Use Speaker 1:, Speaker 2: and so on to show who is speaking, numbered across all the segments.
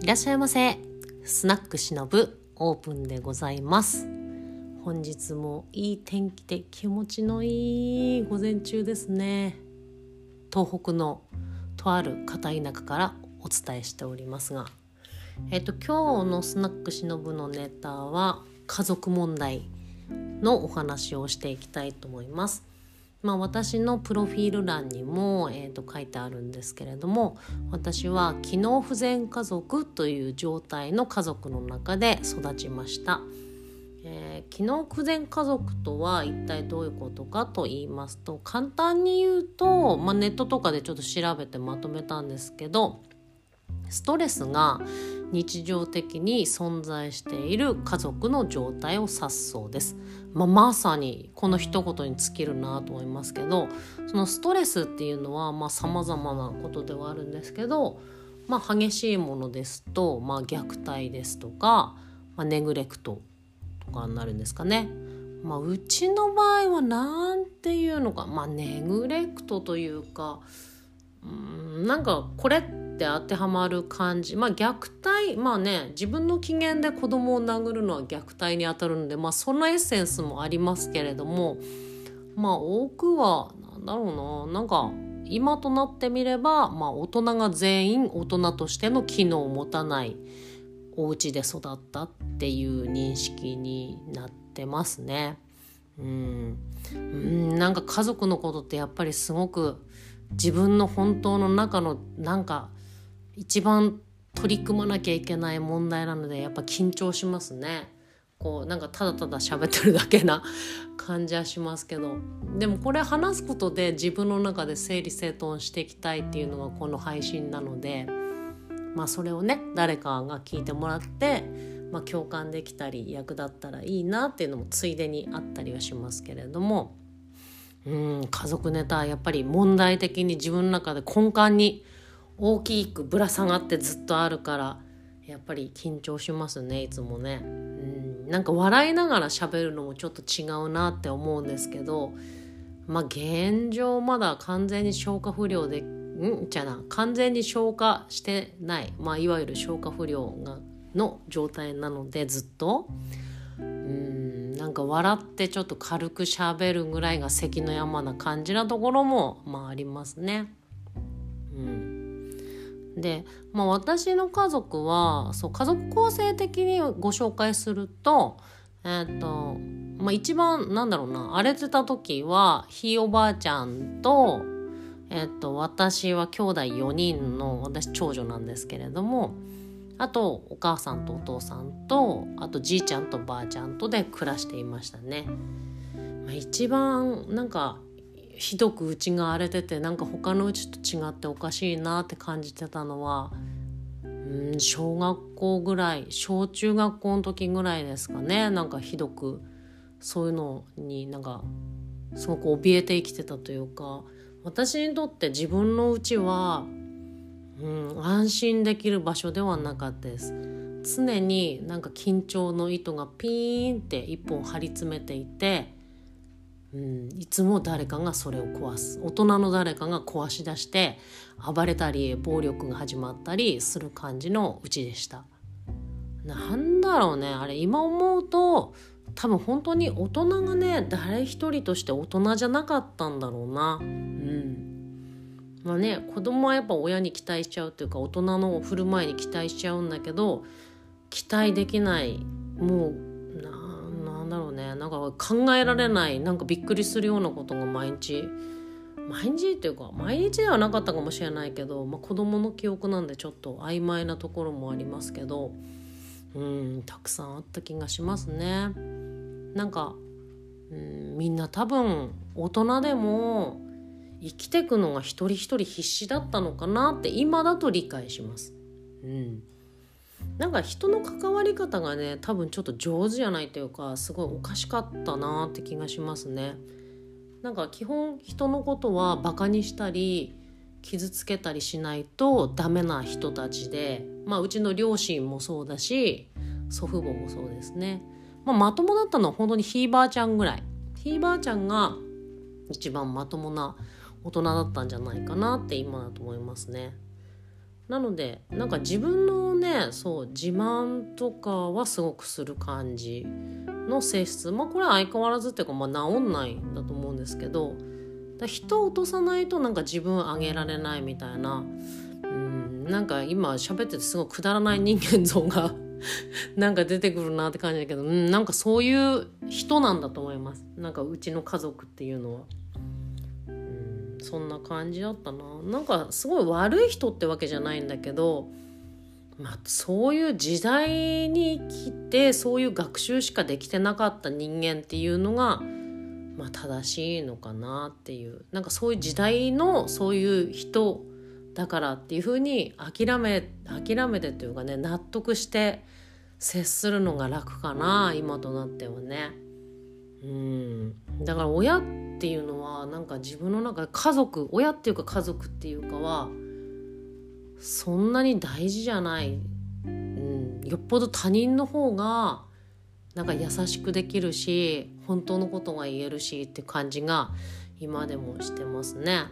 Speaker 1: いらっしゃいませ。スナックしのぶオープンでございます。本日もいい天気で気持ちのいい午前中ですね。東北のとある片田舎からお伝えしておりますが、今日のスナックしのぶのネタは家族問題のお話をしていきたいと思います。私のプロフィール欄にも、書いてあるんですけれども、私は機能不全家族という状態の家族の中で育ちました。機能不全家族とは一体どういうことかと言いますと、簡単に言うと、ネットとかでちょっと調べてまとめたんですけど、ストレスが日常的に存在している家族の状態を指すそうです。まさにこの一言に尽きるなと思いますけど、そのストレスっていうのは様々なことではあるんですけど、激しいものですと、虐待ですとか、ネグレクトとかになるんですかね。うちの場合はなんていうのか、ネグレクトというか、なんかこれって当てはまる感じ。虐待、自分の機嫌で子供を殴るのは虐待に当たるので、そのエッセンスもありますけれども、多くはなんか今となってみれば、大人が全員大人としての機能を持たないお家で育ったっていう認識になってますね。なんか家族のことってやっぱりすごく自分の本当の中の一番取り組まなきゃいけない問題なので、やっぱ緊張しますね。ただただ喋ってるだけな感じはしますけど、でもこれ話すことで自分の中で整理整頓していきたいっていうのがこの配信なので、それをね誰かが聞いてもらって、共感できたり役立ったらいいなっていうのもついでにあったりはしますけれども、家族ネタはやっぱり問題的に自分の中で根幹に大きくぶら下がってずっとあるから、やっぱり緊張しますね、いつもね。笑いながら喋るのもちょっと違うなって思うんですけど、現状まだ完全に消化不良で完全に消化してない、いわゆる消化不良の状態なので、ずっと笑ってちょっと軽く喋るぐらいが関の山な感じなところもありますね。で、私の家族は家族構成的にご紹介すると、一番荒れてた時はひいおばあちゃんと、私は兄弟4人の私長女なんですけれども、あとお母さんとお父さんと、あとじいちゃんとばあちゃんとで暮らしていましたね。一番ひどくうちが荒れてて、他のうちと違っておかしいなって感じてたのは、小学校ぐらい、小中学校の時ぐらいですかね。ひどくそういうのにすごく怯えて生きてたというか、私にとって自分のうちは安心できる場所ではなかったです。常に緊張の糸がピーンって一本張り詰めていて、いつも誰かがそれを壊す、大人の誰かが壊し出して暴れたり暴力が始まったりする感じのうちでした。あれ今思うと多分本当に大人がね、誰一人として大人じゃなかったんだろうな。子供はやっぱ親に期待しちゃうというか、大人の振る舞いに期待しちゃうんだけど、期待できない、もう考えられない、びっくりするようなことが毎日っていうか、毎日ではなかったかもしれないけど、子供の記憶なんでちょっと曖昧なところもありますけど、たくさんあった気がしますね。みんな多分大人でも生きてくのが一人一人必死だったのかなって今だと理解します。人の関わり方がね、多分ちょっと上手じゃないというか、すごいおかしかったなって気がしますね。基本人のことはバカにしたり傷つけたりしないとダメな人たちで、うちの両親もそうだし祖父母もそうですね。まともだったのは本当にひいばあちゃんぐらい。ひいばあちゃんが一番まともな大人だったんじゃないかなって今だと思いますね。 なのでなんか自分のね自慢とかはすごくする感じの性質、これは相変わらずっていうか、治んないんだと思うんですけど、人を落とさないとなんか自分を上げられないみたいな、なんか今喋っててすごいくだらない人間像がなんか出てくるなって感じだけど、なんかそういう人なんだと思います。なんかうちの家族っていうのは、そんな感じだったな。なんかすごい悪い人ってわけじゃないんだけど、そういう時代に生きてそういう学習しかできてなかった人間っていうのが正しいのかなっていう、なんかそういう時代のそういう人だからっていうふうに諦めてというかね、納得して接するのが楽かな今となってはね。だから親っていうのはなんか自分の中で親っていうか家族っていうかはそんなに大事じゃない、よっぽど他人の方がなんか優しくできるし本当のことが言えるしって感じが今でもしてますね。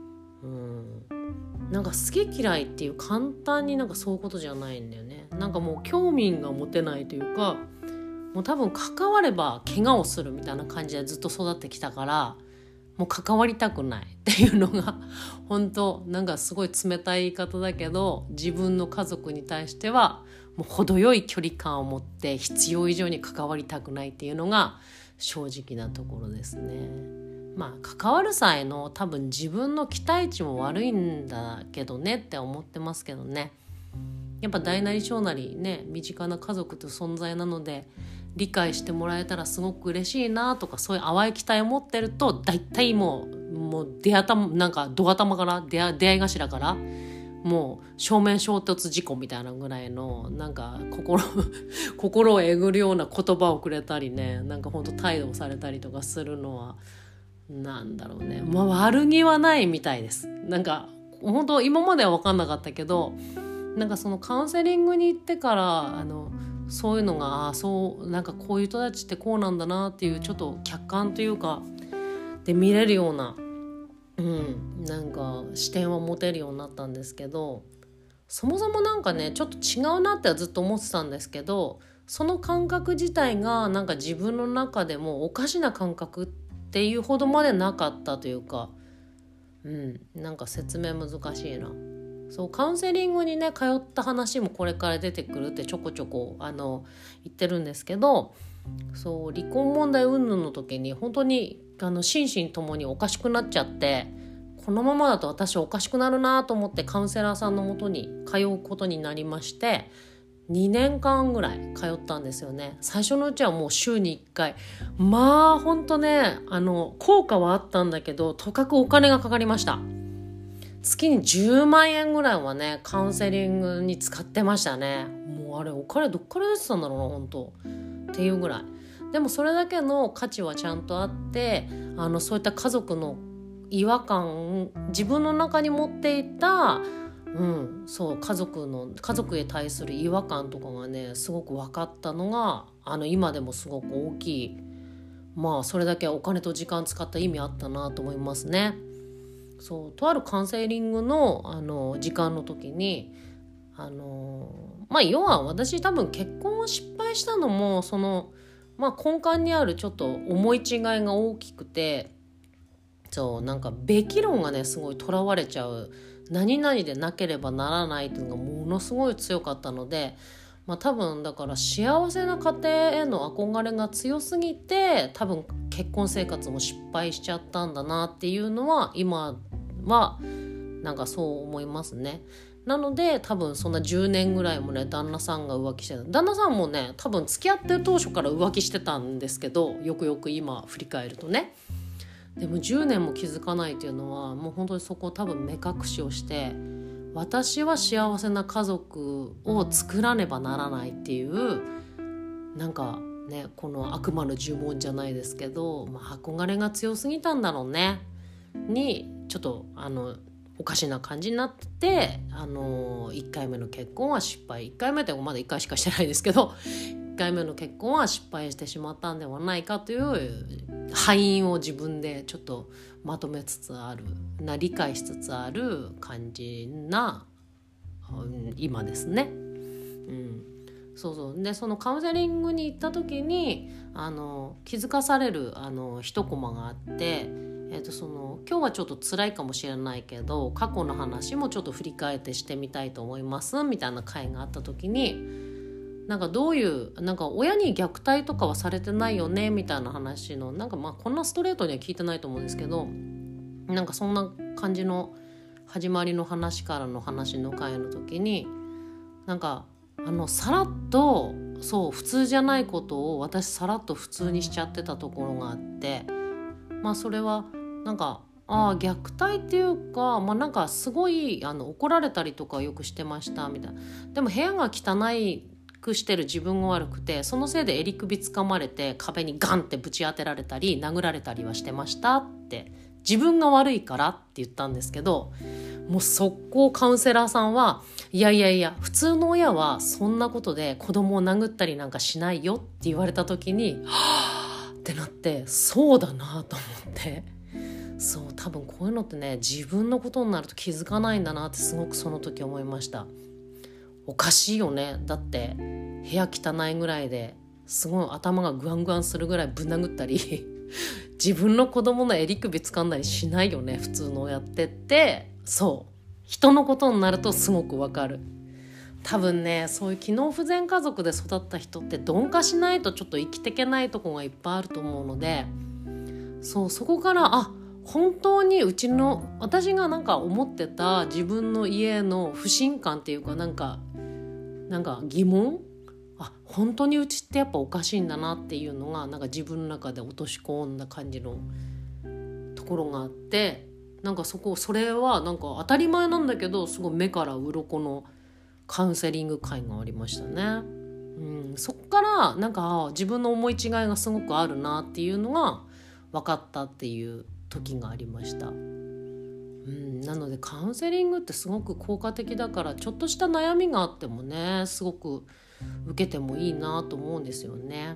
Speaker 1: なんか好き嫌いっていう簡単になんかそういうことじゃないんだよね。なんかもう興味が持てないというか、もう多分関われば怪我をするみたいな感じでずっと育ってきたから、もう関わりたくないっていうのが本当なんかすごい冷たい言い方だけど、自分の家族に対してはもう程よい距離感を持って必要以上に関わりたくないっていうのが正直なところですね。関わる際の多分自分の期待値も悪いんだけどねって思ってますけどね。やっぱ大なり小なりね、身近な家族という存在なので理解してもらえたらすごく嬉しいなとか、そういう淡い期待を持ってると大体もうなんかド頭から出会い頭からもう正面衝突事故みたいなぐらいのなんか心をえぐるような言葉をくれたりね、なんか本当態度をされたりとかするのはなんだろうね、悪気はないみたいです。なんか本当今までは分かんなかったけど、なんかそのカウンセリングに行ってからそういうのがなんかこういう人たちってこうなんだなっていうちょっと客観というかで見れるような、なんか視点を持てるようになったんですけど、そもそもなんかねちょっと違うなってはずっと思ってたんですけど、その感覚自体がなんか自分の中でもおかしな感覚っていうほどまでなかったというか、なんか説明難しいな。カウンセリングにね通った話もこれから出てくるってちょこちょこ言ってるんですけど、離婚問題云々の時に本当に心身ともにおかしくなっちゃって、このままだと私おかしくなるなと思ってカウンセラーさんのもとに通うことになりまして、2年間ぐらい通ったんですよね。最初のうちはもう週に1回本当ね効果はあったんだけど、とかくお金がかかりました。月に10万円ぐらいはねカウンセリングに使ってましたね。もうあれお金どっから出てたんだろうな本当っていうぐらい。でもそれだけの価値はちゃんとあって、そういった家族の違和感、自分の中に持っていた家族へ対する違和感とかがねすごく分かったのが今でもすごく大きい。それだけお金と時間使った意味あったなと思いますね。とあるカウンセリングの時間の時に要は私多分結婚を失敗したのも根幹にあるちょっと思い違いが大きくて、なんかべき論がねすごいとらわれちゃう、何々でなければならないっていうのがものすごい強かったので、多分だから幸せな家庭への憧れが強すぎて多分結婚生活も失敗しちゃったんだなっていうのは今はなんかそう思いますね。なので多分そんな10年ぐらいもね旦那さんが浮気してた。旦那さんもね多分付き合ってる当初から浮気してたんですけど、よくよく今振り返るとね。でも10年も気づかないっていうのはもう本当にそこ多分目隠しをして、私は幸せな家族を作らねばならないっていうなんかねこの悪魔の呪文じゃないですけど、憧れが強すぎたんだろうねにちょっとおかしな感じになって1回目の結婚は失敗、1回目ってまだ1回しかしてないですけど1回目の結婚は失敗してしまったんではないかという敗因を自分でちょっとまとめつつある理解しつつある感じな今ですね。そうそうでそのカウンセリングに行った時に気づかされる一コマがあって、今日はちょっと辛いかもしれないけど過去の話もちょっと振り返ってしてみたいと思いますみたいな回があった時に、なんかどういうなんか親に虐待とかはされてないよねみたいな話のなんかこんなストレートには聞いてないと思うんですけど、なんかそんな感じの始まりの話からの話の回の時になんかさらっとそう普通じゃないことを私さらっと普通にしちゃってたところがあって、それはなんか虐待っていうか、なんかすごい怒られたりとかよくしてましたみたいな。でも部屋が汚くしてる自分が悪くてそのせいで襟首つかまれて壁にガンってぶち当てられたり殴られたりはしてましたって自分が悪いからって言ったんですけど、もう速攻カウンセラーさんはいや普通の親はそんなことで子供を殴ったりなんかしないよって言われた時にはぁってなって、そうだなと思って、そう多分こういうのってね自分のことになると気づかないんだなってすごくその時思いました。おかしいよね。だって部屋汚いぐらいですごい頭がグワングワンするぐらいぶん殴ったり自分の子供の襟首掴んだりしないよね普通の親ってって、そう人のことになるとすごくわかる。多分ねそういう機能不全家族で育った人って鈍化しないとちょっと生きていけないとこがいっぱいあると思うので、そこから本当に私がなんか思ってた自分の家の不信感っていうかなんか疑問、本当にうちってやっぱおかしいんだなっていうのがなんか自分の中で落とし込んだ感じのところがあって、なんかそれはなんか当たり前なんだけどすごい目から鱗のカウンセリング会がありましたね。そっからなんか自分の思い違いがすごくあるなっていうのが分かったっていう時がありました。なのでカウンセリングってすごく効果的だからちょっとした悩みがあってもねすごく受けてもいいなと思うんですよね。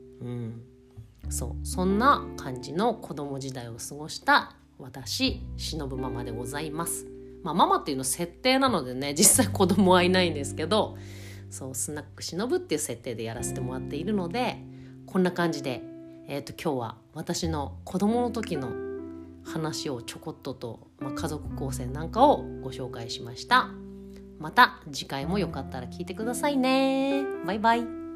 Speaker 1: そんな感じの子供時代を過ごした私しのぶママでございます。ママっていうの設定なのでね実際子供はいないんですけど、スナックしのぶっていう設定でやらせてもらっているので、こんな感じで今日は私の子供の時の話をちょこっと家族構成なんかをご紹介しました。また次回もよかったら聞いてくださいね。バイバイ。